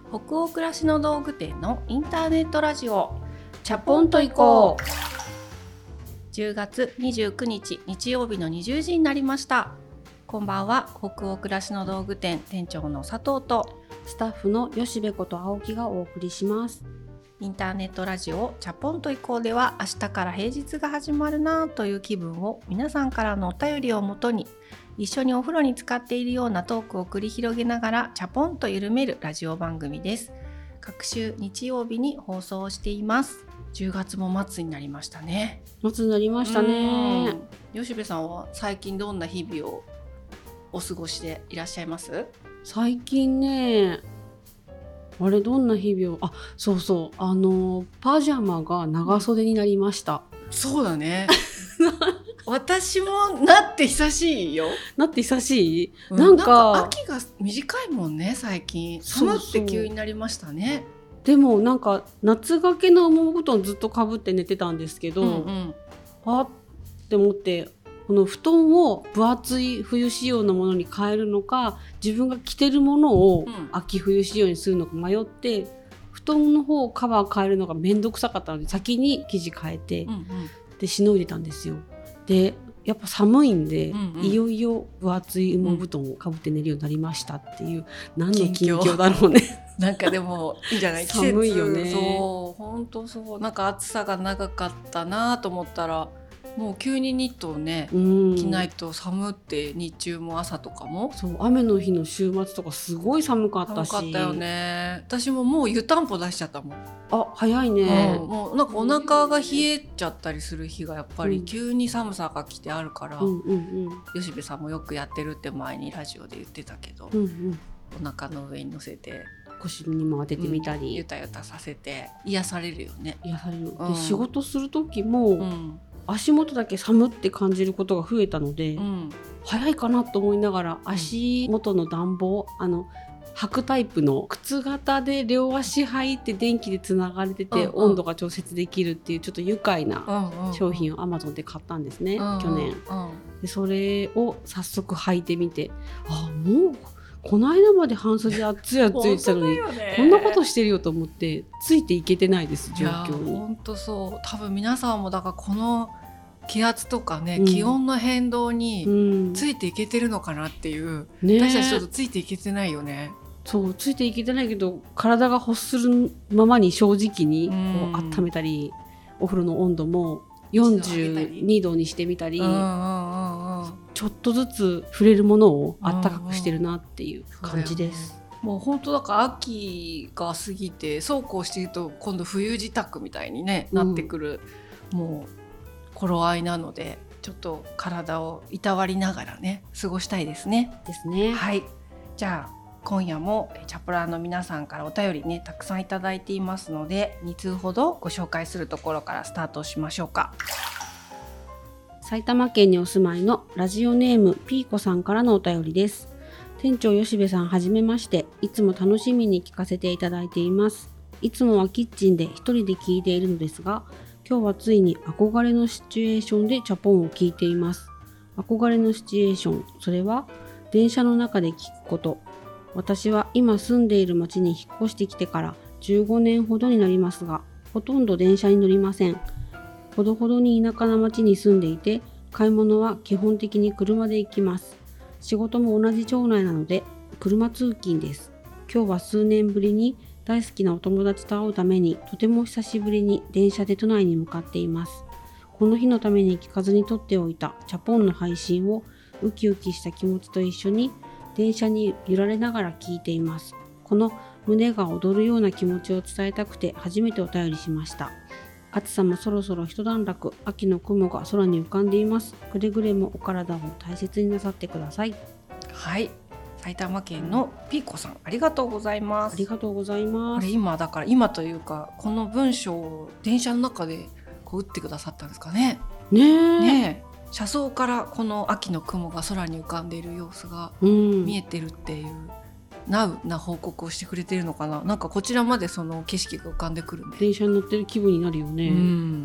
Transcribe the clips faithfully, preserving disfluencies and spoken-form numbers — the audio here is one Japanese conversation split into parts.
北欧暮らしの道具店のインターネットラジオチャポンと行こう。じゅうがつにじゅうくにち日曜日のにじゅうじになりました。こんばんは。北欧暮らしの道具店店長の佐藤とスタッフの吉部こと青木がお送りします。 インターネットラジオチャポンと行こうでは、明日から平日が始まるなという気分を皆さんからのお便りをもとに、一緒にお風呂に浸かっているようなトークを繰り広げながらチャポンと緩めるラジオ番組です。各週日曜日に放送しています。じゅうがつも末になりましたね。 末になりましたね。 吉部さんは最近どんな日々をお過ごしでいらっしゃいます？ 最近ね、あれどんな日々をあそうそうあのパジャマが長袖になりました。 そうだね私もなって久しいよ。 なって久しい、 うん、 なんか、 なんか秋が短いもんね。最近寒って急になりましたね。 でもなんか夏掛けの羽毛布団ずっとかぶって寝てたんですけど、 うんうん、 あって思って、この布団を分厚い冬仕様のものに変えるのか、自分が着てるものを秋冬仕様にするのか迷って、うん、布団の方カバー変えるのがめんどくさかったので先に生地変えて、うんうん、でしのいでたんですよ。でやっぱ寒いんで、うんうん、いよいよ分厚い羽毛布団をかぶって寝るようになりましたっていう、うん、何の近況だろうねなんかでもいいんじゃない？ 寒いよね。 そう本当そう。なんか暑さが長かったなと思ったら、もう急にニットをね、うん、着ないと寒って、日中も朝とかもそう、雨の日の週末とかすごい寒かったし。 寒かったよね。私ももう湯たんぽ出しちゃったもん。 あ、早いね、 うん、もうなんかお腹が冷えちゃったりする日がやっぱり急に寒さが来てあるから、うんうんうん、吉部さんもよくやってるって前にラジオで言ってたけど、うんうん、お腹の上に乗せて腰にも当ててみたり、 うん、ゆたゆたさせて癒されるよね。 癒される、うん、で仕事する時も、うん、足元だけ寒って感じることが増えたので、うん、早いかなと思いながら足元の暖房、あの履くタイプの靴型で両足履いて電気でつながれてて、うんうん、温度が調節できるっていうちょっと愉快な商品を Amazon で買ったんですね、うんうん、去年、うん、でそれを早速履いてみて、あ、もうこの間まで半袖暑い暑い言ってたのにこんなことしてるよと思ってついていけてないです、状況に。 本当そう。多分皆さんもだからこの気圧とかね、うん、気温の変動についていけてるのかなっていう、うんね、私たちちょっとついていけてないよね。 そうついていけてないけど、体が欲するままに正直にこう温めたり、うん、お風呂の温度もよんじゅうにどにしてみたり、うんうんうんうん、ちょっとずつ触れるものをあったかくしてるなっていう感じです、 うんうん、もう本当だから秋が過ぎてそうこうしていると今度冬支度みたいに、ね、なってくる、うん、もう頃合いなので、ちょっと体をいたわりながらね過ごしたいですね。 ですね。 はい、じゃあ今夜もチャプラーの皆さんからお便りねたくさんいただいていますので、に通ほどご紹介するところからスタートしましょうか。 埼玉県にお住まいのラジオネームピーコさんからのお便りです。店長吉部さん、はじめまして。いつも楽しみに聞かせていただいています。いつもはキッチンで一人で聞いているのですが、今日はついに憧れのシチュエーションでチャポンを聞いています。憧れのシチュエーション、それは電車の中で聞くこと。私は今住んでいる町に引っ越してきてからじゅうごねんほどになりますが、ほとんど電車に乗りません。ほどほどに田舎な町に住んでいて、買い物は基本的に車で行きます。仕事も同じ町内なので車通勤です。今日は数年ぶりに大好きなお友達と会うために、とても久しぶりに電車で都内に向かっています。この日のために聞かずに撮っておいたチャポンの配信をウキウキした気持ちと一緒に電車に揺られながら聞いています。この胸が躍るような気持ちを伝えたくて初めてお便りしました。暑さもそろそろ一段落、秋の雲が空に浮かんでいます。くれぐれもお体を大切になさってください。 はい、埼玉県のピーコさん、ありがとうございます。 ありがとうございます。 あれ今だから今というかこの文章を電車の中でこう打ってくださったんですかね。 ねえ。 ねえ、車窓からこの秋の雲が空に浮かんでいる様子が見えてるっていう、うん、ナウな報告をしてくれてるのかな。なんかこちらまでその景色が浮かんでくるね。 電車に乗ってる気分になるよね、うん、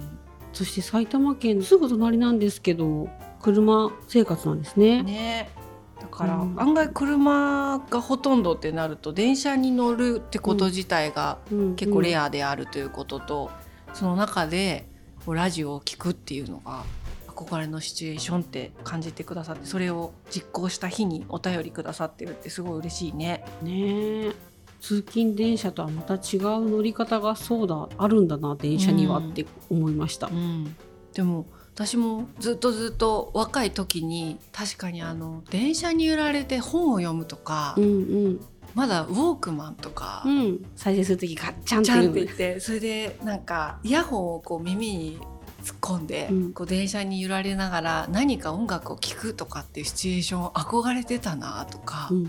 そして埼玉県すぐ隣なんですけど車生活なんですね。 ね、 だからうん案外車がほとんどってなると電車に乗るってこと自体が結構レア。 アであるということと、その中でこうラジオを聞くっていうのが憧れのシチュエーションって感じてくださって、それを実行した日にお便りくださってるってすごい嬉しいね。 ねえ、通勤電車とはまた違う乗り方がそうだあるんだな電車にはって思いました。 うん、でも私もずっとずっと若い時に確かにあの電車に揺られて本を読むとか、 うんうんまだウォークマンとか、 うん、再生する時ガッチャンってちゃんいうって言ってそれでなんかイヤホンをこう耳に突っ込んで、 うん、 こう電車に揺られながら何か音楽を聴くとかっていうシチュエーション憧れてたなとかうんうんうん、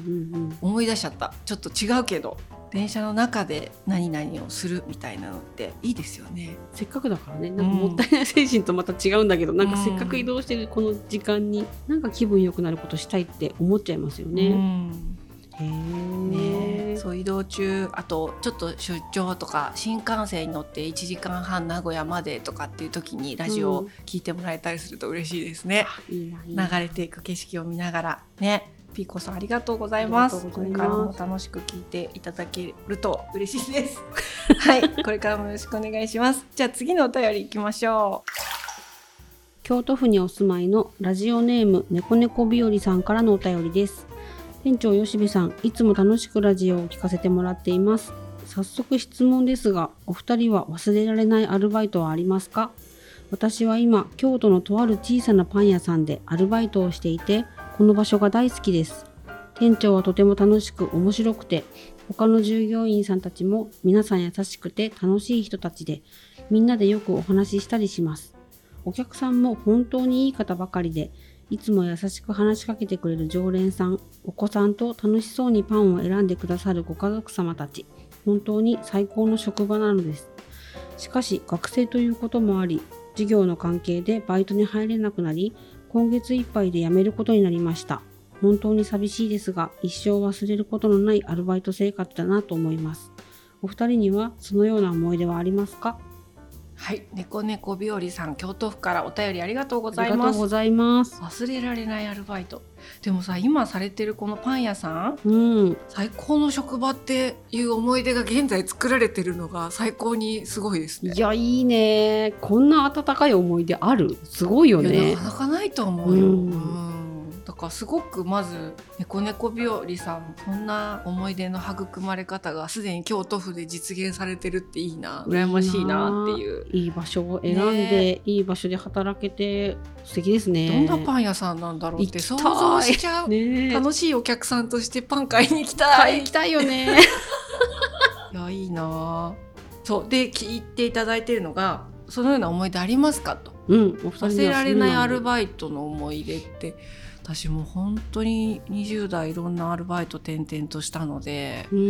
思い出しちゃった。ちょっと違うけど電車の中で何々をするみたいなのっていいですよね。 せっかくだからね、なんかもったいない精神とまた違うんだけど、うん、なんかせっかく移動してるこの時間になんか気分良くなることしたいって思っちゃいますよね。 うんへーね、そう移動中、あとちょっと出張とか新幹線に乗っていちじかんはん名古屋までとかっていう時にラジオを聞いてもらえたりすると嬉しいですね。 うん、いいないいな流れていく景色を見ながらね。ピーコさんありがとうございます。これからも楽しく聞いていただけると嬉しいですはい、これからもよろしくお願いします。じゃあ次のお便りいきましょう。 京都府にお住まいのラジオネーム猫猫日和さんからのお便りです。店長吉部さん、いつも楽しくラジオを聞かせてもらっています。早速質問ですが、お二人は忘れられないアルバイトはありますか？私は今京都のとある小さなパン屋さんでアルバイトをしていて、この場所が大好きです。店長はとても楽しく面白くて、他の従業員さんたちも皆さん優しくて楽しい人たちで、みんなでよくお話ししたりします。お客さんも本当にいい方ばかりで、いつも優しく話しかけてくれる常連さん、お子さんと楽しそうにパンを選んでくださるご家族様たち、本当に最高の職場なのです。しかし学生ということもあり、授業の関係でバイトに入れなくなり、今月いっぱいで辞めることになりました。本当に寂しいですが、一生忘れることのないアルバイト生活だなと思います。お二人にはそのような思い出はありますか？ はい、猫猫日和さん、京都府からお便りありがとうございありがます。 とうございます。 忘れられないアルバイト。でもさ、今されてるこのパン屋さん、 うん、 最高の職場っていう思い出が現在作られてるのが最高にすごいですね。 いや、いいね。こんな温かい思い出ある？すごいよいやね。 なかなかないと思うよ、 うんうんだからすごくまず猫猫日和さん、そんな思い出の育まれ方がすでに京都府で実現されてるっていいな、羨ましいなっていう。 いい場所を選んで、 ね、 いい場所で働けて素敵ですね。 どんなパン屋さんなんだろうって想像しちゃう、 ね、 楽しいお客さんとしてパン買いに行きたい。 買いに行きたいよねいや、いいな。そうで聞いていただいているのが、そのような思い出ありますかと、 うん、お二人忘れられないアルバイトの思い出って、私も本当ににじゅう代いろんなアルバイト転々としたので、 うん、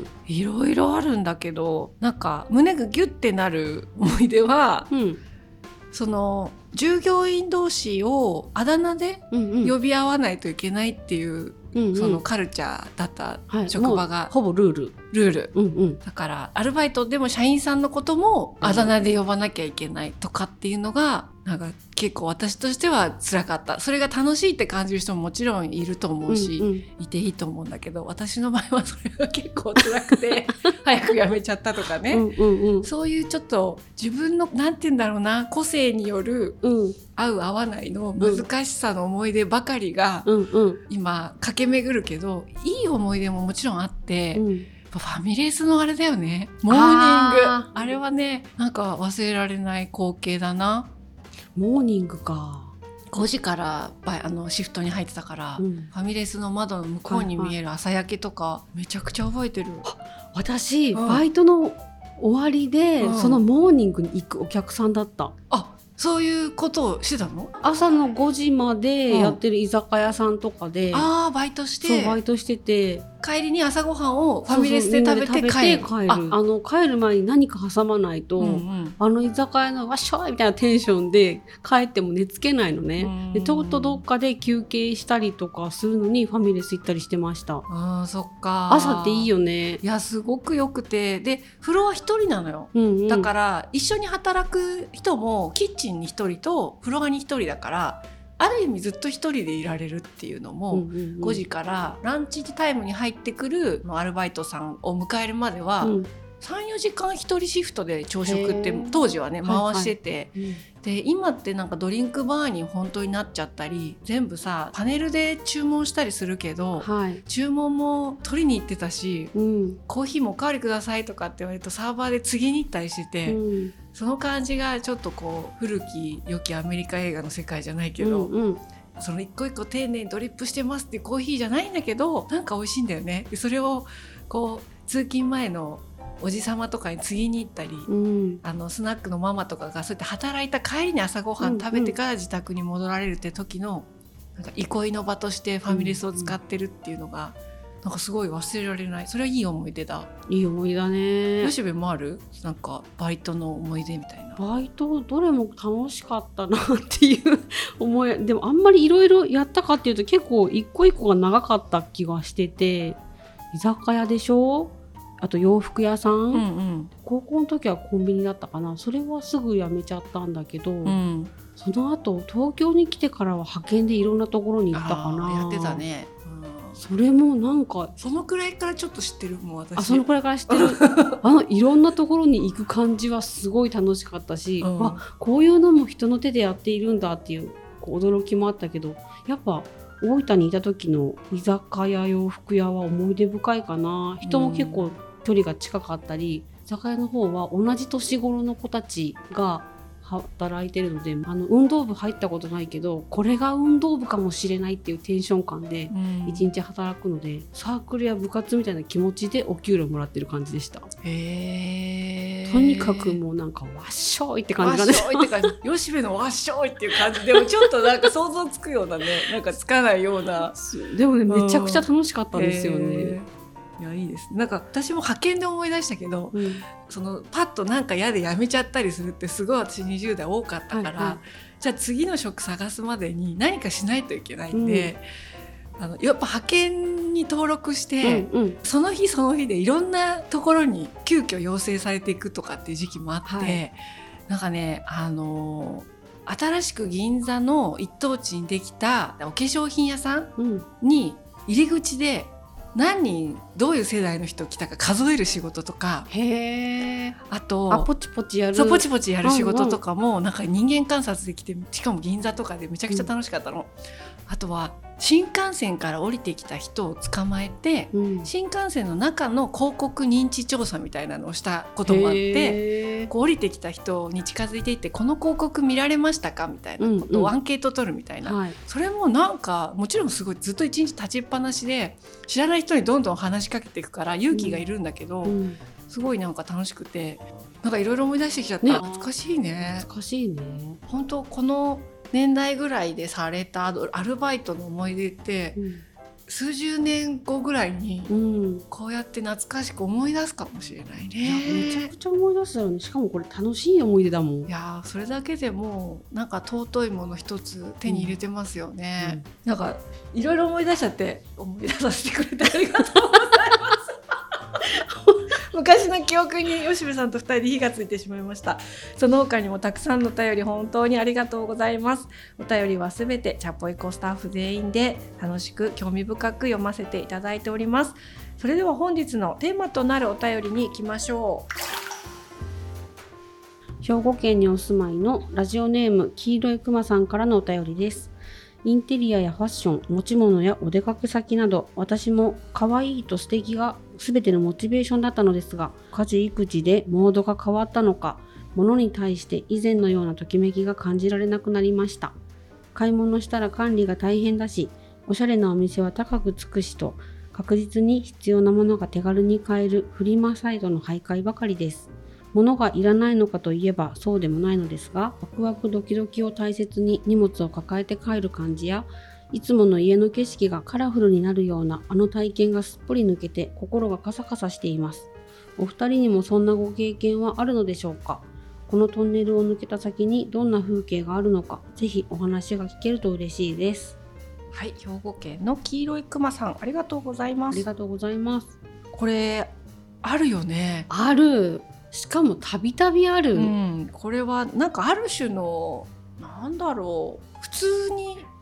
いろいろあるんだけど、なんか胸がギュッてなる思い出は、 うん、 その従業員同士をあだ名で呼び合わないといけないっていう、うんうん、そのカルチャーだった職場が、 はい、ほぼルールルール、 うんうん、 だからアルバイトでも社員さんのこともあだ名で呼ばなきゃいけないとかっていうのが、なんか結構私としては辛かった。それが楽しいって感じる人ももちろんいると思うし、うんうん、いていいと思うんだけど、私の場合はそれが結構辛くて早く辞めちゃったとかね、うんうんうん、そういうちょっと自分のなんて言うんだろうな、個性による、うん、合う合わないの難しさの思い出ばかりが、うんうん、今駆け巡るけど、いい思い出ももちろんあって、うん、ファミレスのあれだよね、モーニング あ, あれはね、なんか忘れられない光景だな。 モーニングか。 ごじからあのシフトに入ってたから、うん、ファミレスの窓の向こうに見える朝焼けとか、はいはい、めちゃくちゃ覚えてる。 私、うん、バイトの終わりで、うん、そのモーニングに行くお客さんだった。 あ、そういうことをしてたの？ 朝のごじまでやってる居酒屋さんとかで、 うん、あーバイトして、 そうバイトしてて、 帰りに朝ごはんをファミレスで食べて帰る。 あ, あの帰る前に何か挟まないと、うんうん、あの居酒屋のわっしょいみたいなテンションで帰っても寝つけないのね。でちょっとどっかで休憩したりとかするのにファミレス行ったりしてました。 あー、そっか。 朝っていいよね。 いや、すごくよくて、でフロア一人なのよ、うんうん、だから一緒に働く人もキッチンに一人とフロアに一人だから、 ある意味ずっと一人でいられるっていうのも、 うんうんうん、 ごじからランチタイムに入ってくるアルバイトさんを迎えるまでは、うん、さんよじかん一人シフトで朝食って当時はね回してて、はいはい、で今ってなんかドリンクバーに本当になっちゃったり全部さパネルで注文したりするけど、はい、注文も取りに行ってたし、うん、コーヒーもおかわりくださいとかって言われるとサーバーで次に行ったりしてて、うん、その感じがちょっとこう古き良きアメリカ映画の世界じゃないけど、うんうん、その一個一個丁寧にドリップしてますっていうコーヒーじゃないんだけどなんか美味しいんだよね。でそれをこう通勤前のおじさまとかに次に行ったり、うん、あのスナックのママとかがそうやって働いた帰りに朝ごはん食べてから自宅に戻られるって時のなんか憩いの場としてファミレスを使ってるっていうのが、うん、なんかすごい忘れられない。それはいい思い出だ。 いい思い出だね。 よしべもある？なんかバイトの思い出みたいな。 バイトどれも楽しかったなっていう思い。でもあんまりいろいろやったかっていうと結構一個一個が長かった気がしてて、居酒屋でしょ、あと洋服屋さん、うんうん、高校の時はコンビニだったかな。それはすぐ辞めちゃったんだけど、うん、その後東京に来てからは派遣でいろんなところに行ったかな。 やってたね、 うん、それもなんかそのくらいからちょっと知ってるもん私。 あそのくらいから知ってるあのいろんなところに行く感じはすごい楽しかったし、うん、わこういうのも人の手でやっているんだっていう、こう驚きもあったけど、やっぱ大分にいた時の居酒屋洋服屋は思い出深いかな。人も結構、うん距離が近かったり、居酒屋の方は同じ年頃の子たちが働いてるので、あの運動部入ったことないけどこれが運動部かもしれないっていうテンション感で一日働くので、うん、サークルや部活みたいな気持ちでお給料もらってる感じでした。 へー、 とにかくもうなんかわっしょいって感じがね。 わっしょいって感じよしべのわっしょいっていう感じでもちょっとなんか想像つくようなねなんかつかないようなでもねめちゃくちゃ楽しかったんですよね。 いやいいです。なんか私も派遣で思い出したけど、うん、そのパッとなんか嫌で辞めちゃったりするってすごい私にじゅう代多かったから、はいはい、じゃあ次の職探すまでに何かしないといけないんで、うん、あのやっぱ派遣に登録して、うんうん、その日その日でいろんなところに急遽要請されていくとかっていう時期もあって、はい、なんかねあの新しく銀座の一等地にできたお化粧品屋さんに入り口で何人どういう世代の人来たか数える仕事とか、 へー、 あとあポチポチやるそうポチポチやる仕事とかも、うんうん、なんか人間観察できて、しかも銀座とかでめちゃくちゃ楽しかったの、うん、あとは新幹線から降りてきた人を捕まえて、うん、新幹線の中の広告認知調査みたいなのをしたこともあって、こう降りてきた人に近づいていってこの広告見られましたかみたいなことをアンケート取るみたいな、うんうん、それもなんかもちろんすごいずっと一日立ちっぱなしで知らない人にどんどん話しかけていくから勇気がいるんだけど、うんうん、すごいなんか楽しくてなんかいろいろ思い出してきちゃった、ね、懐かしいね。 懐かしいね。 本当この年代ぐらいでされたアルバイトの思い出って、うん、数十年後ぐらいにこうやって懐かしく思い出すかもしれないね、 うん、いやめちゃくちゃ思い出すだろうね。しかもこれ楽しい思い出だもん。 いやそれだけでもなんか尊いもの一つ手に入れてますよね、うん、なんかいろいろ思い出しちゃって思い出させてくれてありがとうございます昔の記憶に吉部さんとふたりで火がついてしまいました。その他にもたくさんのお便り本当にありがとうございます。お便りはすべてチャポイコスタッフ全員で楽しく興味深く読ませていただいております。それでは本日のテーマとなるお便りに行きましょう。兵庫県にお住まいのラジオネーム黄色いくまさんからのお便りです。インテリアやファッション、持ち物やお出かけ先など、私も可愛いと素敵が全てのモチベーションだったのですが、家事育児でモードが変わったのか、物に対して以前のようなときめきが感じられなくなりました。買い物したら管理が大変だし、おしゃれなお店は高くつくしと、確実に必要なものが手軽に買えるフリマサイトの徘徊ばかりです。物がいらないのかといえばそうでもないのですが、ワクワクドキドキを大切に荷物を抱えて帰る感じや、いつもの家の景色がカラフルになるようなあの体験がすっぽり抜けて心がカサカサしています。お二人にもそんなご経験はあるのでしょうか。このトンネルを抜けた先にどんな風景があるのか、ぜひお話が聞けると嬉しいです。 はい、兵庫県の黄色いくまさん、ありがとうございます。 ありがとうございます。 これあるよね。 ある。しかもたびたびある、 うん、これはなんかある種のなんだろう、普通に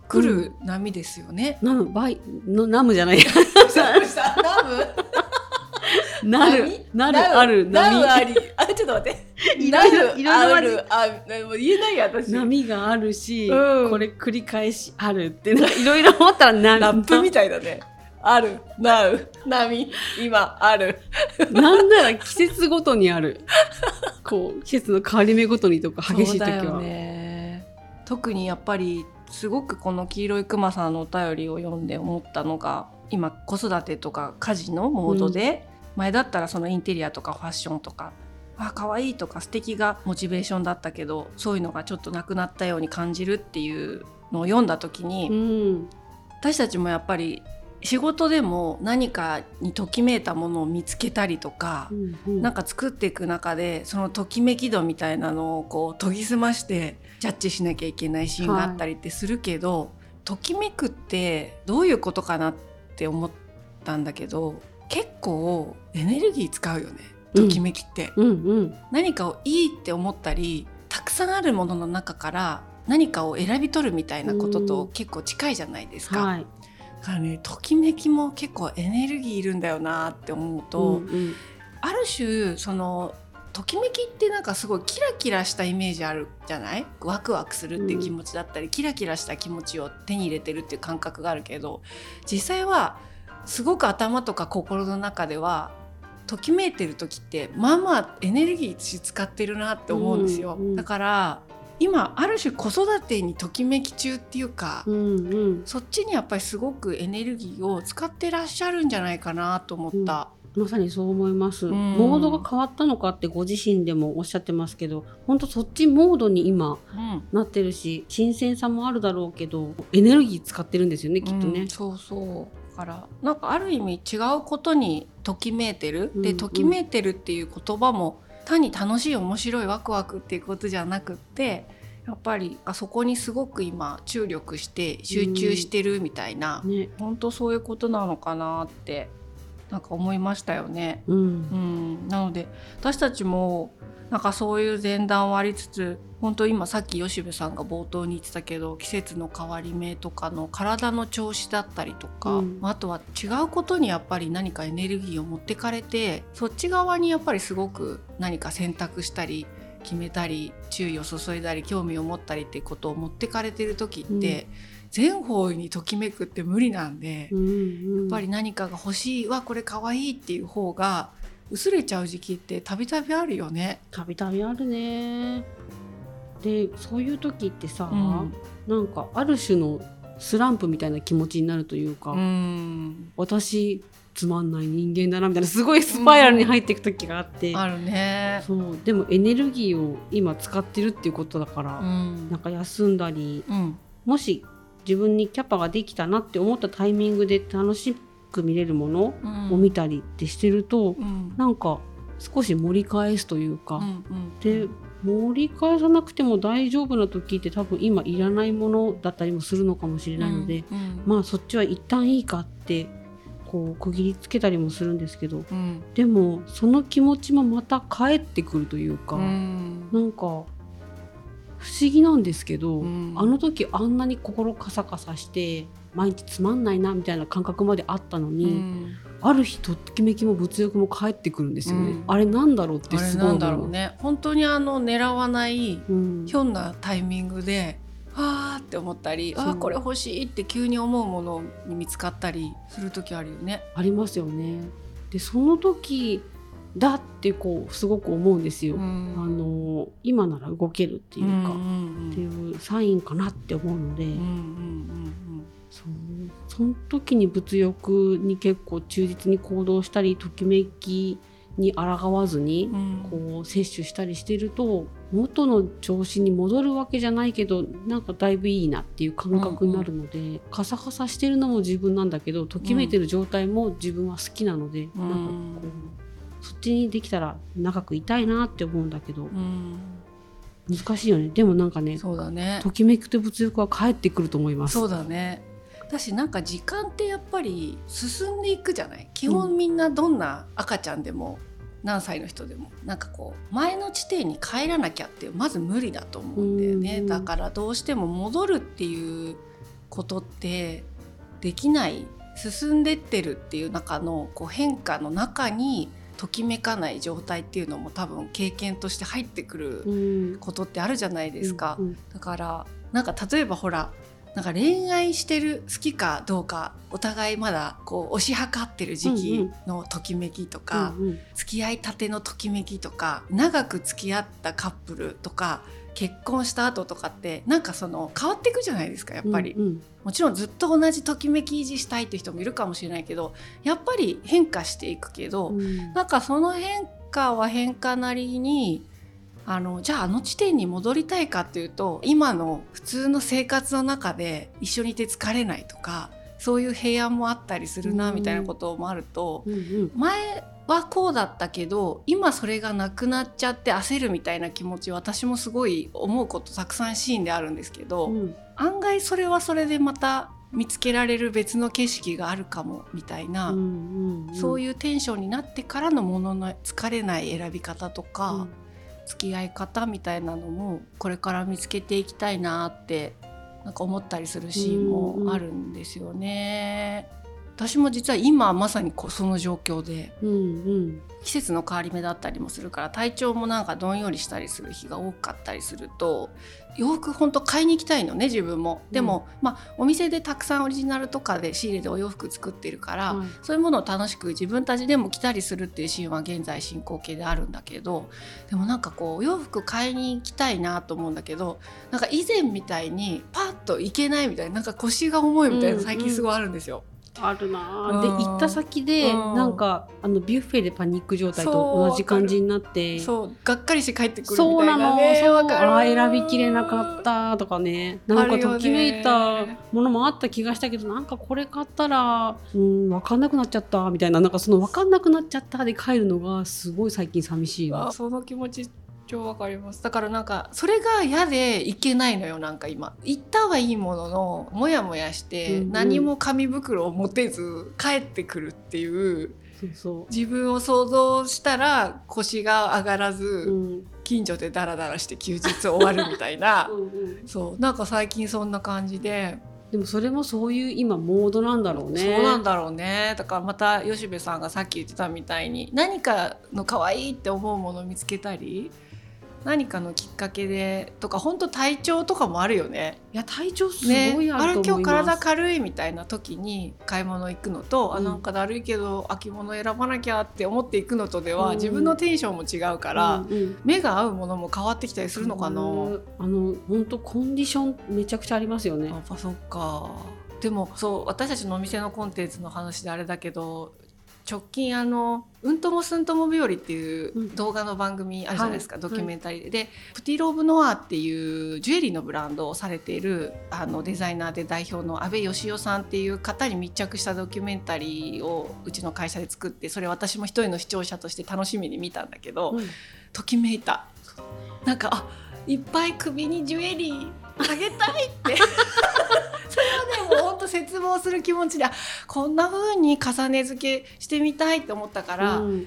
来る波ですよね、 うん、ナムバイのナムじゃないナムなるなるある波ありあちょっと待っていろいろいろあるあもう言えないや私波があるし、 うん、 これ繰り返しあるっていろいろ思ったらなラップみたいだね。あるなう波今あるなんなら季節ごとにあるこう季節の変わり目ごとにとか激しい時はそうだよね。特にやっぱりすごくこの黄色いクマさんのお便りを読んで思ったのが、今子育てとか家事のモードで、うん、前だったらそのインテリアとかファッションとかあ可愛いとか素敵がモチベーションだったけど、そういうのがちょっとなくなったように感じるっていうのを読んだ時に、うん、私たちもやっぱり仕事でも何かにときめいたものを見つけたりとか、うんうん、なんか作っていく中でそのときめき度みたいなのをこう研ぎ澄ましてジャッジしなきゃいけないシーンがあったりってするけど、はい、ときめくってどういうことかなって思ったんだけど、結構エネルギー使うよね、ときめきって、うんうんうん、何かをいいって思ったりたくさんあるものの中から何かを選び取るみたいなことと結構近いじゃないですか、うん、はい、だからね、ときめきも結構エネルギーいるんだよなって思うと、うんうん、ある種そのときめきってなんかすごいキラキラしたイメージあるじゃない？ワクワクするっていう気持ちだったり、うん、キラキラした気持ちを手に入れてるっていう感覚があるけど、実際はすごく頭とか心の中ではときめいてる時ってまあまあエネルギー使ってるなって思うんですよ、うんうん、だから今ある種子育てにときめき中っていうか、うんうん、そっちにやっぱりすごくエネルギーを使ってらっしゃるんじゃないかなと思った、 うん、まさにそう思います、うん、モードが変わったのかってご自身でもおっしゃってますけど、本当そっちモードに今なってるし、うん、新鮮さもあるだろうけどエネルギー使ってるんですよね、きっとね、うん、 そうそうだからなんかある意味違うことにときめいてる、うんうん、でときめいてるっていう言葉も単に楽しい面白いワクワクっていうことじゃなくって、やっぱりそこにすごく今注力して集中してるみたいな、うんね、本当そういうことなのかなってなんか思いましたよね、うんうん、なので私たちもなんかそういう前段はありつつ、本当今さっき吉部さんが冒頭に言ってたけど、季節の変わり目とかの体の調子だったりとか、うん、あとは違うことにやっぱり何かエネルギーを持ってかれて、そっち側にやっぱりすごく何か選択したり決めたり注意を注いだり興味を持ったりっていうことを持ってかれてる時って、うん、全方位にときめくって無理なんで、うんうん、やっぱり何かが欲しいわこれかわいいっていう方が薄れちゃう時期ってたびたびあるよね。 たびたびあるね。でそういう時ってさ、うん、なんかある種のスランプみたいな気持ちになるというか、うん、私つまんない人間だなみたいなすごいスパイラルに入っていく時があって、うん、 あるね。 そうでもエネルギーを今使ってるっていうことだから、うん、なんか休んだり、うん、もし自分にキャパができたなって思ったタイミングで楽しく見れるものを見たりってしてると、うん、なんか少し盛り返すというか、うんうん、で盛り返さなくても大丈夫な時って多分今いらないものだったりもするのかもしれないので、うんうん、まあそっちは一旦いいかってこう区切りつけたりもするんですけど、うん、でもその気持ちもまた返ってくるというか、うん、なんか不思議なんですけど、うん、あの時あんなに心カサカサして毎日つまんないなみたいな感覚まであったのに、うん、ある日ときめきも物欲も返ってくるんですよね、うん、あれなんだろうってすごい思う。あれなんだろうね。 本当にあの狙わない、うん、ひょんなタイミングであーって思ったり、あこれ欲しいって急に思うものに見つかったりする時あるよね。 ありますよね。でその時だってこうすごく思うんですよ、うん、あの今なら動けるっていうか、うんうんうん、っていうサインかなって思うので、うんうんうんうん、そうその時に物欲に結構忠実に行動したりときめきに抗わずにこう摂取したりしてると、元の調子に戻るわけじゃないけどなんかだいぶいいなっていう感覚になるので、うんうん、カサカサしてるのも自分なんだけどときめいてる状態も自分は好きなので、うん、なんかこうそっちにできたら長くいたいなって思うんだけど、うん、難しいよね。でもなんかね、 そうだね、 ときめくと物欲は返ってくると思います。 そうだね。私なんか時間ってやっぱり進んでいくじゃない。基本みんなどんな赤ちゃんでも、うん、何歳の人でもなんかこう前の地点に帰らなきゃってまず無理だと思うんだよね、うんうん、だからどうしても戻るっていうことってできない、進んでってるっていう中のこう変化の中にときめかない状態っていうのも多分経験として入ってくることってあるじゃないですか、うんうん、だからなんか例えばほらなんか恋愛してる好きかどうかお互いまだこう推し量ってる時期のときめきとか、うんうん、付き合いたてのときめきとか長く付き合ったカップルとか結婚した後とかってなんかその変わっていくじゃないですかやっぱり、うんうん、もちろんずっと同じときめき維持したいって人もいるかもしれないけどやっぱり変化していくけど、うん、なんかその変化は変化なりにあのじゃああの地点に戻りたいかっていうと今の普通の生活の中で一緒にいて疲れないとかそういう平安もあったりするなみたいなこともあると、うんうん、前はこうだったけど今それがなくなっちゃって焦るみたいな気持ち私もすごい思うことたくさんシーンであるんですけど、うん、案外それはそれでまた見つけられる別の景色があるかもみたいな、うんうんうん、そういうテンションになってからのものの疲れない選び方とか、うん、付き合い方みたいなのもこれから見つけていきたいなってなんか思ったりするシーンもあるんですよね、うんうん私も実は今まさにその状況で、うんうん、季節の変わり目だったりもするから体調もなんかどんよりしたりする日が多かったりすると洋服ほんと買いに行きたいのね自分もでも、うんまあ、お店でたくさんオリジナルとかで仕入れでお洋服作ってるから、うん、そういうものを楽しく自分たちでも着たりするっていうシーンは現在進行形であるんだけどでもなんかこうお洋服買いに行きたいなと思うんだけどなんか以前みたいにパッと行けないみたいななんか腰が重いみたいな最近すごいあるんですよ、うんうんあるな、うん、で行った先で、うん、なんかあのビュッフェでパニック状態と同じ感じになってそうがっかりして帰ってくるみたいなねそうなのそうあ選びきれなかったとかねなんかときめいたものもあった気がしたけどなんかこれ買ったらうん分かんなくなっちゃったみたいななんかその分かんなくなっちゃったで帰るのがすごい最近寂しいわその気持ち超わかりますだからなんかそれが嫌でいけないのよなんか今行ったはいいもののもやもやして何も紙袋を持てず帰ってくるっていう、そうそう自分を想像したら腰が上がらず、うん、近所でダラダラして休日終わるみたいなうん、うん、そうなんか最近そんな感じででもそれもそういう今モードなんだろうねそうなんだろうねだからまた吉部さんがさっき言ってたみたいに何かの可愛いって思うものを見つけたり何かのきっかけでとか本当体調とかもあるよねいや体調すごいあると思います、ね、 あれ今日体軽いみたいな時に買い物行くのと、うん、あなんかだるいけど秋物選ばなきゃって思っていくのとでは、うん、自分のテンションも違うから、うんうん、目が合うものも変わってきたりするのかな、うん、 あの本当コンディションめちゃくちゃありますよねやっぱそっかでもそう私たちのお店のコンテンツの話であれだけど直近あのうんともすんとも日和っていう動画の番組あるじゃないですか、うん、ドキュメンタリーで、はい、でプティローブノアっていうジュエリーのブランドをされているあのデザイナーで代表の阿部義雄さんっていう方に密着したドキュメンタリーをうちの会社で作ってそれ私も一人の視聴者として楽しみに見たんだけど、うん、ときめいたなんかあいっぱい首にジュエリーあげたいってそれはねもうほんと切望する気持ちでこんな風に重ね付けしてみたいって思ったから、うん、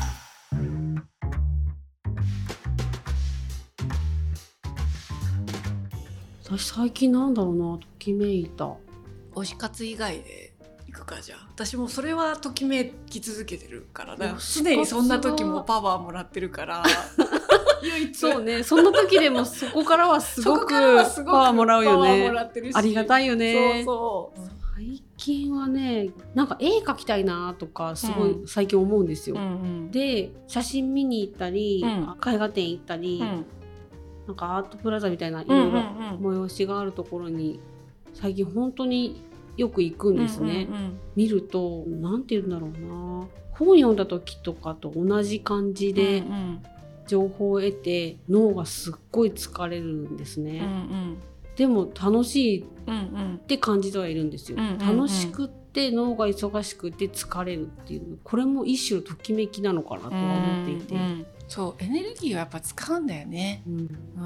私最近なんだろうなときめいた推し活以外で行くかじゃあ私もそれはときめき続けてるからね常にそんな時もパワーもらってるから唯一そうねそんな時でもそこからはすごくパワーもらうよねありがたいよねそうそう最近はねなんか絵描きたいなとかすごい最近思うんですよ、うんうん、で写真見に行ったり、うん、絵画展行ったり、うん、なんかアートプラザみたいないろいろ催しがあるところに最近本当によく行くんですね、うんうんうん、見るとなんて言うんだろうな本読んだ時とかと同じ感じで、うんうん情報を得て脳がすっごい疲れるんですね、うんうん、でも楽しいって感じてはいるんですよ、うんうんうん、楽しくって脳が忙しくて疲れるっていうこれも一種のときめきなのかなとは思っていて、うんうん、 そうエネルギーはやっぱ使うんだよね、うんうん、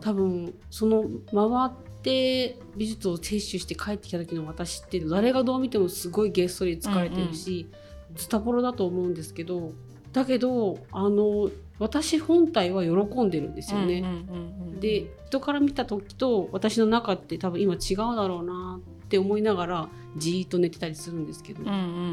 多分その回って美術を摂取して帰ってきた時の私って誰がどう見てもすごいげっそり疲れてるし、うんうん、ズタボロだと思うんですけどだけどあの私本体は喜んでるんですよね、うんうんうんうん、で人から見た時と私の中って多分今違うだろうなって思いながらじーっと寝てたりするんですけど、うんうん、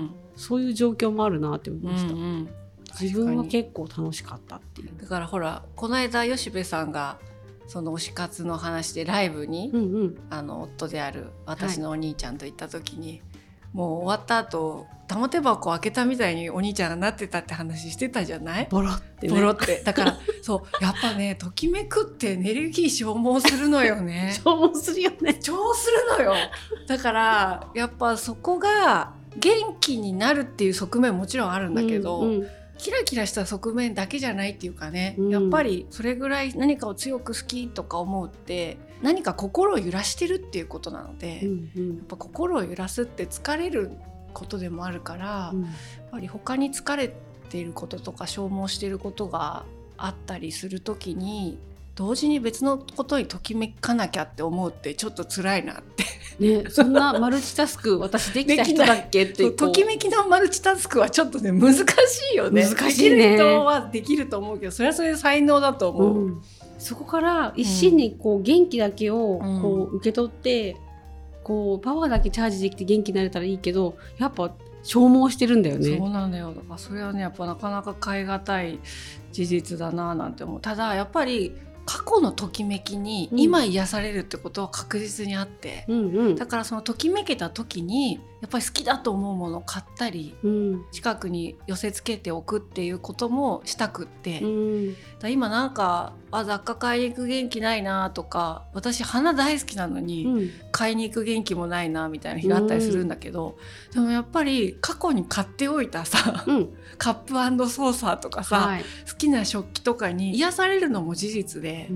そういう状況もあるなって思いました、うんうん、自分は結構楽しかったっていう。 だからほらこの間吉部さんがその推し活の話でライブに、うんうん、あの夫である私のお兄ちゃんと行った時に、はい、もう終わった後玉手箱開けたみたいにお兄ちゃんがなってたって話してたじゃない？ ボロってね。 ボロってだからそうやっぱねときめくってエネルギー消耗するのよね消耗するよね。 超するのよ。だからやっぱそこが元気になるっていう側面もちろんあるんだけど、うんうん、キラキラした側面だけじゃないっていうかね、うん、やっぱりそれぐらい何かを強く好きとか思うって何か心を揺らしてるっていうことなので、うんうん、やっぱ心を揺らすって疲れることでもあるから、うん、やっぱり他に疲れていることとか消耗していることがあったりするときに同時に別のことにときめかなきゃって思うってちょっと辛いなってね、そんなマルチタスク私できた人だっけってときめきのマルチタスクはちょっとね難しいよね。 難しいね。 できる人はできると思うけどそれはそれで才能だと思う、うん、 そこから一心にこう元気だけをこう受け取って、うん、こうパワーだけチャージできて元気になれたらいいけどやっぱ消耗してるんだよね。 そうなんだよ。だからそれはねやっぱなかなか変え難い事実だななんて思う。ただやっぱり過去のときめきに今癒されるってことは確実にあって、うんうん、だからそのときめけた時にやっぱり好きだと思うものを買ったり、うん、近くに寄せ付けておくっていうこともしたくって、うん、だ今なんかあ雑貨買いに行く元気ないなとか私花大好きなのに、うん、買いに行く元気もないなみたいな日があったりするんだけど、うん、でもやっぱり過去に買っておいたさ、うん、カップ&ソーサーとかさ、はい、好きな食器とかに癒されるのも事実で、うん、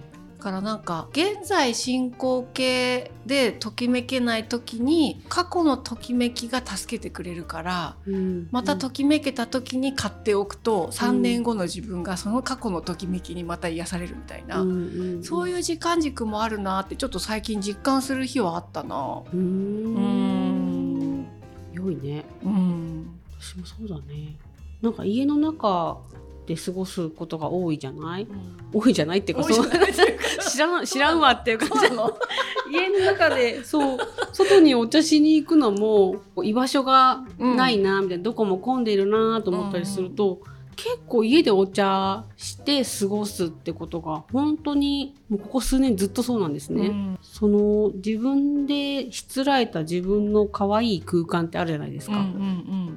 だからなんか現在進行形でときめけない時に過去のときめきが助けてくれるから、うん、またときめけた時に買っておくとさんねんごの自分がその過去のときめきにまた癒されるみたいな、うんうんうん、そういう時間軸もあるなってちょっと最近実感する日はあったな。うーん、うーん良いね、うん、私もそうだね。なんか家の中で過ごすことが多いじゃない、うん、多いじゃないっていうかそう知らん知らんわっていう感じの家の中でそう外にお茶しに行くのも居場所がないなみたいな、うん、どこも混んでいるなと思ったりすると、うん、結構家でお茶して過ごすってことが本当にもうここ数年ずっとそうなんですね、うん、その自分でしつらえた自分の可愛い空間ってあるじゃないですか、うんうんうん、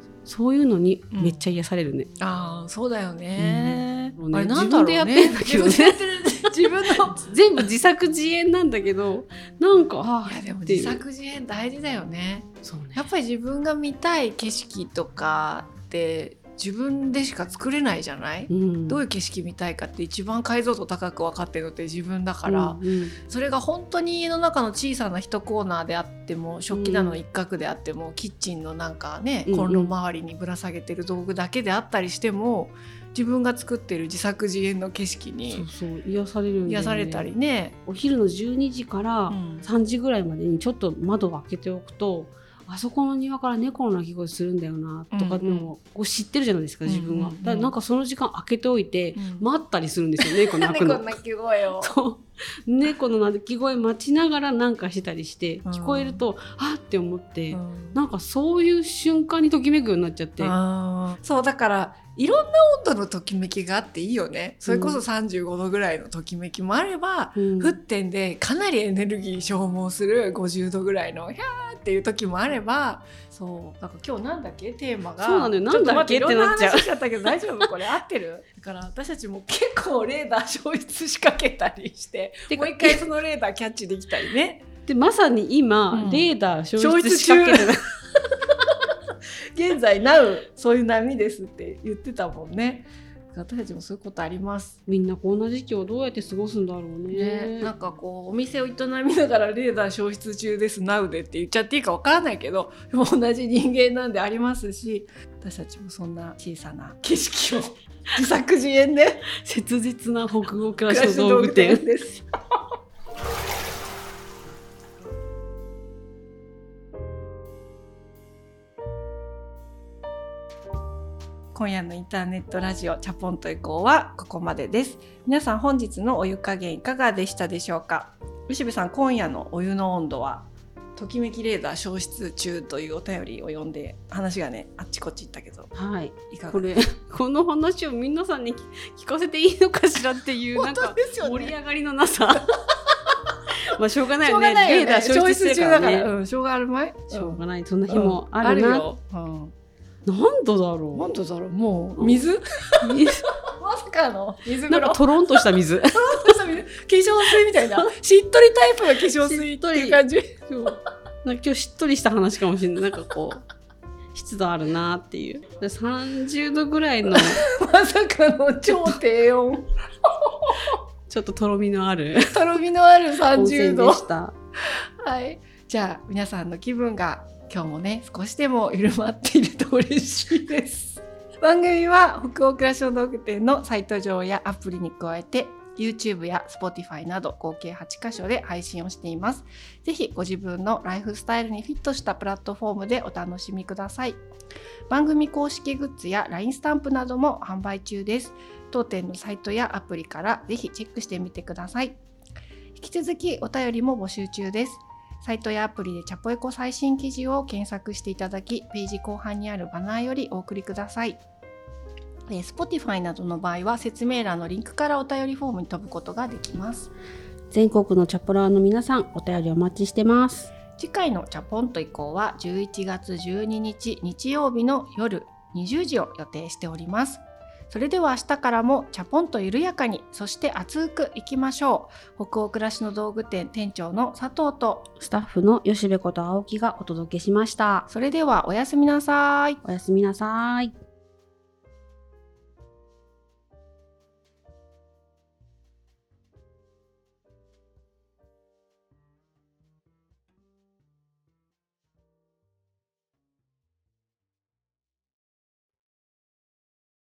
そういうのにめっちゃ癒されるね、 うん、ああそうだよね、 うん、あれなんだろうね、自分でやってんだけどね自分の全部自作自演なんだけどなんかあいやでも自作自演大事だよね。そうね、やっぱり自分が見たい景色とかって自分でしか作れないじゃない、うん、どういう景色見たいかって一番解像度高く分かってるのって自分だから、うんうん、それが本当に家の中の小さな一コーナーであっても食器棚の一角であっても、うん、キッチンのなんかね、うんうん、コンロ周りにぶら下げてる道具だけであったりしても自分が作ってる自作自演の景色にそうそう癒されるんだよね。 癒されたりね。 お昼のじゅうにじからさんじぐらいまでにちょっと窓を開けておくと、あそこの庭から猫の鳴き声するんだよなとかでもこう知ってるじゃないですか自分は、うんうんうん、だからなんかその時間開けておいて待ったりするんですよ、うん、猫鳴くの猫の鳴き声をそう猫の鳴き声待ちながらなんかしてたりして聞こえると、うん、あって思って、うん、なんかそういう瞬間にときめくようになっちゃって。 あそうだからいろんな温度のときめきがあっていいよね。それこそさんじゅうごどぐらいのときめきもあれば、うん、沸点でかなりエネルギー消耗するごじゅうどぐらいのヒャーっていう時もあれば、そうなんか今日なんだっけテーマがそうなのよなんだっけってなっちゃう。 いろんな話しちゃったけど大丈夫これ合ってる？だから私たちも結構レーダー消失しかけたりしてもう一回そのレーダーキャッチできたりね。 でまさに今、うん、レーダー消失しかけてない現在なうそういう波ですって言ってたもんね。私たちもそういうことあります。 みんなこんな時期をどうやって過ごすんだろう ね, ねなんかこうお店を営みながらレーダー消失中ですなうでって言っちゃっていいか分からないけど同じ人間なんでありますし、私たちもそんな小さな景色を自作自演で切実な北欧暮らしの道具店です今夜のインターネットラジオチャポンと行こうはここまでです。皆さん本日のお湯加減いかがでしたでしょうか。吉部さん、今夜のお湯の温度はときめきレーダー消失中というお便りを読んで話がねあっちこっち行ったけど、 はい、 いかがこれこの話を皆さんに聞かせていいのかしらっていうなんか盛り上がりのなさまあしょうがないよね。 しょうがないよね。 レーダー消失してるからね。 うん、しょうがあるまい、 しょうがない。そんな日もあるな。 うん、あるよ、うん、 何度だろう。 何度だろう。もう水水まさかの水風呂。 なんかトロンとした水。 トロンとした水。化粧水みたいな。しっとりタイプの化粧水っていう感じ。 そうなんか今日しっとりした話かもしれない。なんかこう湿度あるなっていう。さんじゅうどぐらいのまさかの超低温。 ちょっととろみのあるとろみのあるさんじゅうど温泉でした。 はい。じゃあ皆さんの気分が今日もね少しでも緩まっていると嬉しいです。番組は北欧暮らしの道具店のサイト上やアプリに加えて YouTube や Spotify など合計はちかしょで配信をしています。ぜひご自分のライフスタイルにフィットしたプラットフォームでお楽しみください。番組公式グッズや ライン スタンプなども販売中です。当店のサイトやアプリからぜひチェックしてみてください。引き続きお便りも募集中です。サイトやアプリでチャポエコ最新記事を検索していただき、ページ後半にあるバナーよりお送りください。えー、Spotify などの場合は説明欄のリンクからお便りフォームに飛ぶことができます。 全国のチャポラーの皆さん、お便りお待ちしてます。 次回のチャポンと以降はじゅういちがつじゅうににち日曜日の夜にじゅうじを予定しております。それでは明日からもチャポンと緩やかに、そして熱くいきましょう。北欧暮らしの道具店店長の佐藤とスタッフの吉部こと青木がお届けしました。 それではおやすみなさい。 おやすみなさい。